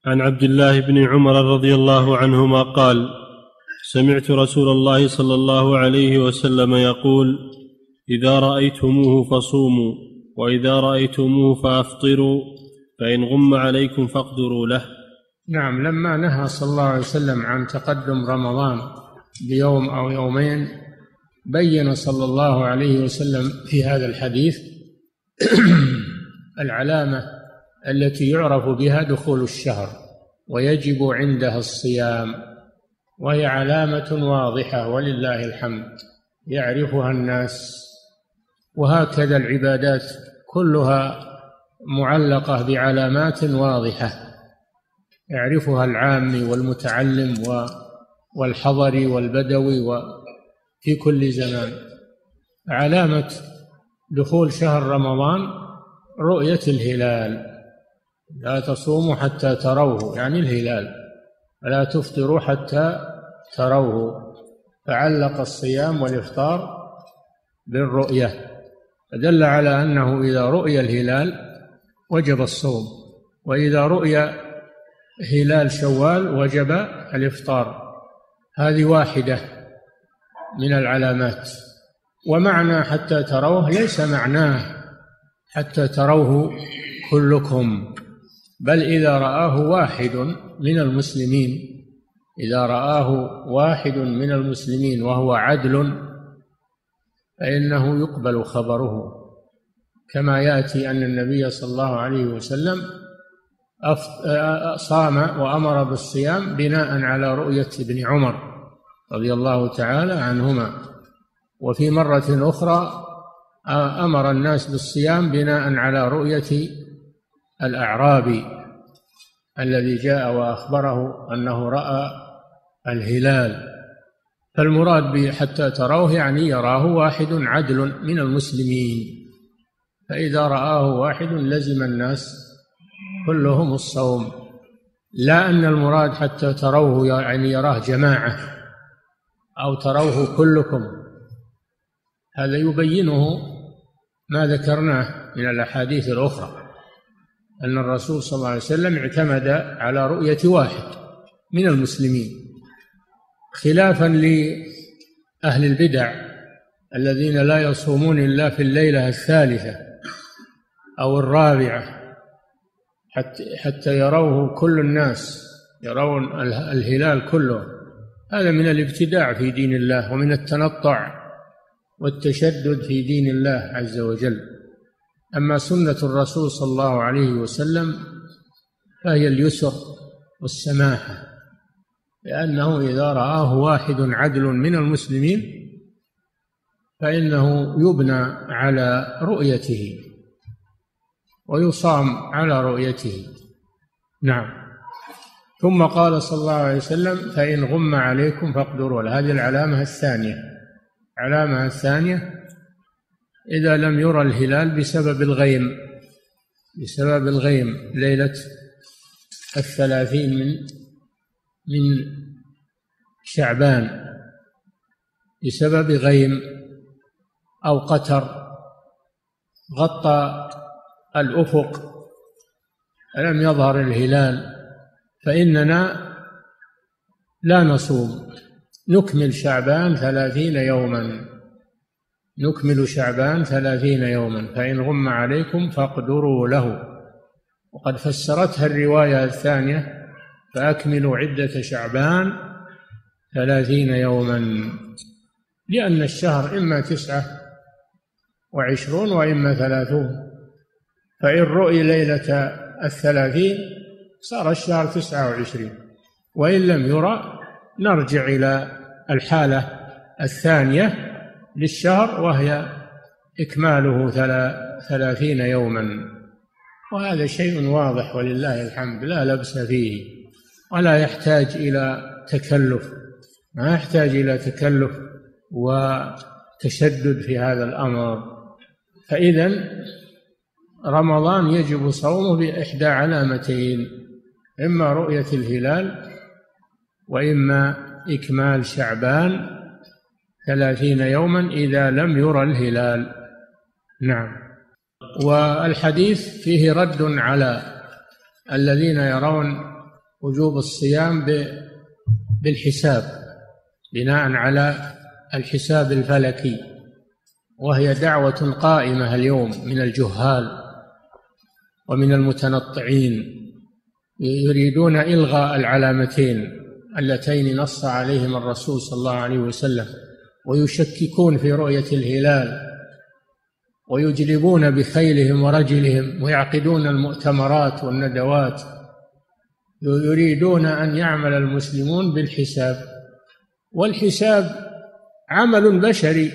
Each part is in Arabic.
عن عبد الله بن عمر رضي الله عنهما قال: سمعت رسول الله صلى الله عليه وسلم يقول: إذا رأيتموه فصوموا، وإذا رأيتموه فأفطروا، فإن غم عليكم فاقدروا له. نعم، لما نهى صلى الله عليه وسلم عن تقدم رمضان بيوم أو يومين، بين صلى الله عليه وسلم في هذا الحديث العلامة التي يعرف بها دخول الشهر ويجب عندها الصيام، وهي علامة واضحة ولله الحمد يعرفها الناس. وهكذا العبادات كلها معلقة بعلامات واضحة يعرفها العامي والمتعلم والحضري والبدوي وفي كل زمان. علامة دخول شهر رمضان رؤية الهلال، لا تصوموا حتى تروه، يعني الهلال، ولا تفطروا حتى تروه، فعلق الصيام والإفطار بالرؤية، فدل على أنه إذا رؤي الهلال وجب الصوم، وإذا رؤي هلال شوال وجب الإفطار. هذه واحدة من العلامات. ومعنى حتى تروه ليس معناه حتى تروه كلكم، بل إذا رآه واحد من المسلمين، إذا رآه واحد من المسلمين وهو عدل فإنه يقبل خبره، كما يأتي أن النبي صلى الله عليه وسلم صام وأمر بالصيام بناء على رؤية ابن عمر رضي الله تعالى عنهما. وفي مرة أخرى أمر الناس بالصيام بناء على رؤية الأعرابي الذي جاء وأخبره أنه رأى الهلال. فالمراد به حتى تروه يعني يراه واحد عدل من المسلمين، فإذا رآه واحد لزم الناس كلهم الصوم، لا أن المراد حتى تروه يعني يراه جماعة أو تروه كلكم. هذا يبينه ما ذكرناه من الأحاديث الأخرى، أن الرسول صلى الله عليه وسلم اعتمد على رؤية واحد من المسلمين، خلافا لأهل البدع الذين لا يصومون إلا في الليلة الثالثة أو الرابعة حتى يروه كل الناس، يرون الهلال كله. هذا من الابتداع في دين الله ومن التنطع والتشدد في دين الله عز وجل. أما سنة الرسول صلى الله عليه وسلم فهي اليسر والسماحة، لأنه إذا رآه واحد عدل من المسلمين فإنه يبنى على رؤيته ويصام على رؤيته. نعم. ثم قال صلى الله عليه وسلم: فإن غم عليكم فاقدروا له. هذه العلامة الثانية. العلامة الثانية إذا لم يرى الهلال بسبب الغيم ليلة 30 من شعبان، بسبب غيم أو قتر غطى الأفق فلم يظهر الهلال، فإننا لا نصوم، نكمل شعبان 30 يوما، نكمل شعبان 30 يوما، فإن غم عليكم فاقدروا له. وقد فسرتها الرواية الثانية: فأكملوا عدة شعبان 30 يوما، لأن الشهر إما 29 وإما 30، فإن رؤي ليلة 30 صار الشهر 29، وإن لم يرى نرجع إلى الحالة الثانية للشهر وهي إكماله 30 يوما. وهذا شيء واضح ولله الحمد، لا لبس فيه ولا يحتاج إلى تكلف، ما يحتاج إلى تكلف وتشدد في هذا الأمر. فإذا رمضان يجب صومه بإحدى علامتين: إما رؤية الهلال وإما إكمال شعبان 30 يوما إذا لم يرى الهلال. نعم. والحديث فيه رد على الذين يرون وجوب الصيام بالحساب، بناء على الحساب الفلكي، وهي دعوة قائمة اليوم من الجهال ومن المتنطعين، يريدون إلغاء العلامتين اللتين نص عليهما الرسول صلى الله عليه وسلم، ويشككون في رؤية الهلال، ويجلبون بخيلهم ورجلهم، ويعقدون المؤتمرات والندوات، يريدون أن يعمل المسلمون بالحساب. والحساب عمل بشري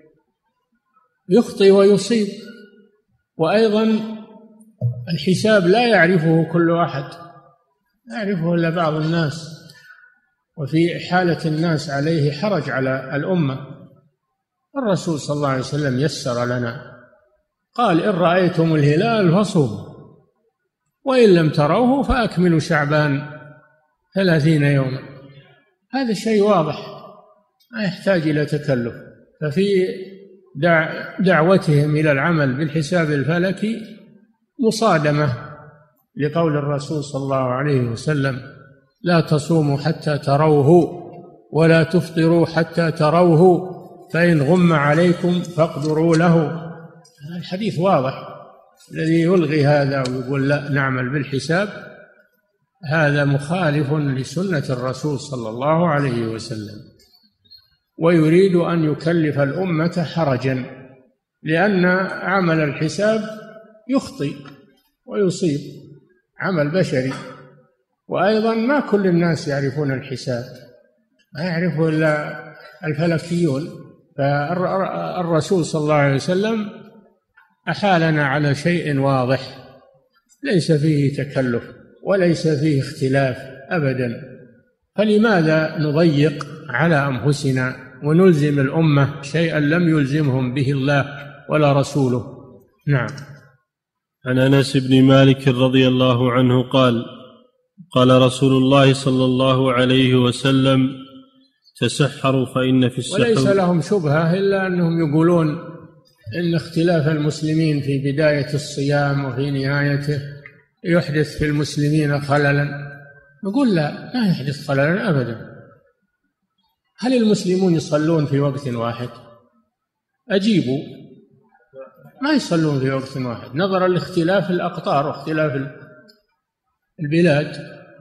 يخطئ ويصيب، وأيضا الحساب لا يعرفه كل أحد، لا يعرفه إلا بعض الناس، وفي حالة الناس عليه حرج على الأمة. الرسول صلى الله عليه وسلم يسر لنا، قال: إن رأيتم الهلال فصوموا، وإن لم تروه فأكملوا شعبان 30 يوما. هذا شيء واضح ما يحتاج إلى تكلف. ففي دعوتهم إلى العمل بالحساب الفلكي مصادمة لقول الرسول صلى الله عليه وسلم: لا تصوموا حتى تروه ولا تفطروا حتى تروه فإن غم عليكم فاقدروا له. الحديث واضح. الذي يلغي هذا ويقول لا نعمل بالحساب هذا مخالف لسنة الرسول صلى الله عليه وسلم، ويريد أن يكلف الأمة حرجا، لأن عمل الحساب يخطئ ويصيب، عمل بشري. وأيضا ما كل الناس يعرفون الحساب، ما يعرفه إلا الفلكيون. فالرسول صلى الله عليه وسلم أحالنا على شيء واضح ليس فيه تكلف وليس فيه اختلاف أبدا، فلماذا نضيق على أنفسنا ونلزم الأمة شيئا لم يلزمهم به الله ولا رسوله؟ نعم. عن أنس بن مالك رضي الله عنه قال: قال رسول الله صلى الله عليه وسلم: تسحروا فإن في السحر. وليس لهم شبهة إلا أنهم يقولون إن اختلاف المسلمين في بداية الصيام وفي نهايته يحدث في المسلمين خللا. نقول لا، ما يحدث خللا أبدا. هل المسلمون يصلون في وقت واحد؟ أجيبوا، ما يصلون في وقت واحد نظرا لاختلاف الأقطار واختلاف البلاد،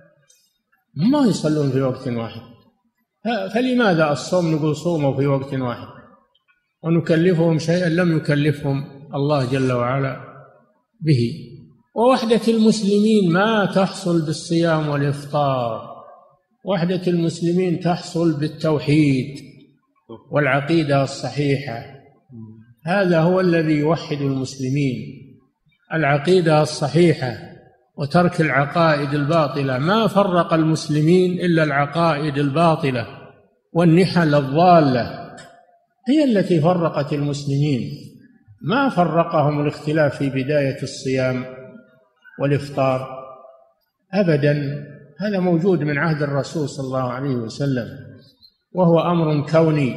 ما يصلون في وقت واحد. فلماذا الصوم نقول صوموا في وقت واحد ونكلفهم شيئا لم يكلفهم الله جل وعلا به؟ ووحدة المسلمين ما تحصل بالصيام والإفطار، وحدة المسلمين تحصل بالتوحيد والعقيدة الصحيحة. هذا هو الذي يوحد المسلمين، العقيدة الصحيحة وترك العقائد الباطلة. ما فرق المسلمين إلا العقائد الباطلة والنحل الضالة، هي التي فرقت المسلمين، ما فرقهم الاختلاف في بداية الصيام والإفطار أبدا. هذا موجود من عهد الرسول صلى الله عليه وسلم، وهو أمر كوني.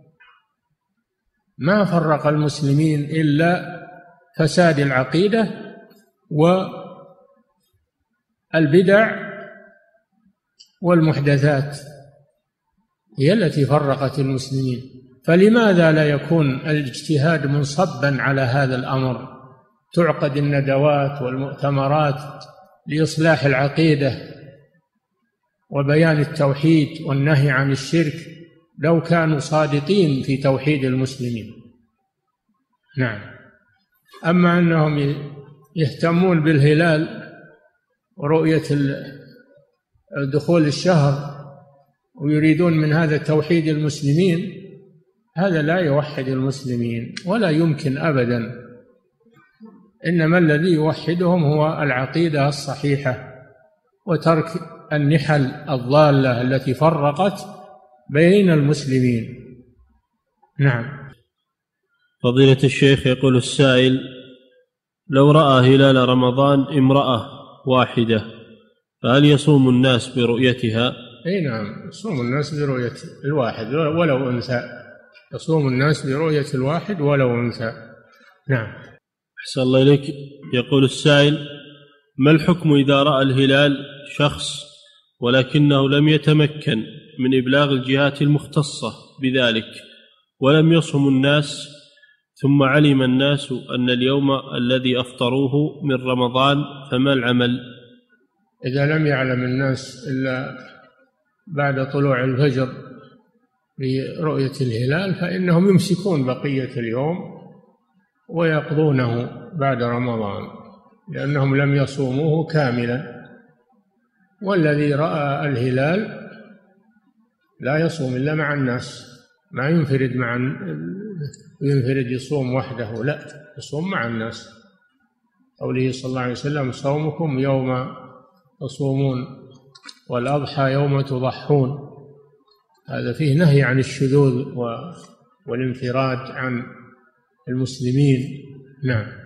ما فرق المسلمين إلا فساد العقيدة والبدع والمحدثات، هي التي فرقت المسلمين. فلماذا لا يكون الاجتهاد منصبا على هذا الأمر؟ تعقد الندوات والمؤتمرات لإصلاح العقيدة وبيان التوحيد والنهي عن الشرك، لو كانوا صادقين في توحيد المسلمين. نعم. أما أنهم يهتمون بالهلال ورؤية دخول الشهر ويريدون من هذا توحيد المسلمين، هذا لا يوحد المسلمين ولا يمكن أبدا. إنما الذي يوحدهم هو العقيدة الصحيحة وترك النحل الضالة التي فرقت بين المسلمين. نعم. فضيلة الشيخ، يقول السائل: لو رأى هلال رمضان امرأة واحدة فهل يصوم الناس برؤيتها؟ أي نعم، يصوم الناس برؤية الواحد ولو أنثى، يصوم الناس برؤية الواحد ولو أنثى. نعم. أحسن الله إليك. يقول السائل: ما الحكم إذا رأى الهلال شخص ولكنه لم يتمكن من إبلاغ الجهات المختصة بذلك ولم يصم الناس، ثم علم الناس أن اليوم الذي أفطروه من رمضان، فما العمل؟ إذا لم يعلم الناس إلا بعد طلوع الفجر برؤية الهلال فإنهم يمسكون بقية اليوم ويقضونه بعد رمضان، لأنهم لم يصوموه كاملا. والذي رأى الهلال لا يصوم إلا مع الناس، ما ينفرد يصوم وحده، لا، يصوم مع الناس. قوله صلى الله عليه وسلم: صومكم يوم تصومون والأضحى يوم تضحون. هذا فيه نهي عن الشذوذ والانفراد عن المسلمين. نعم.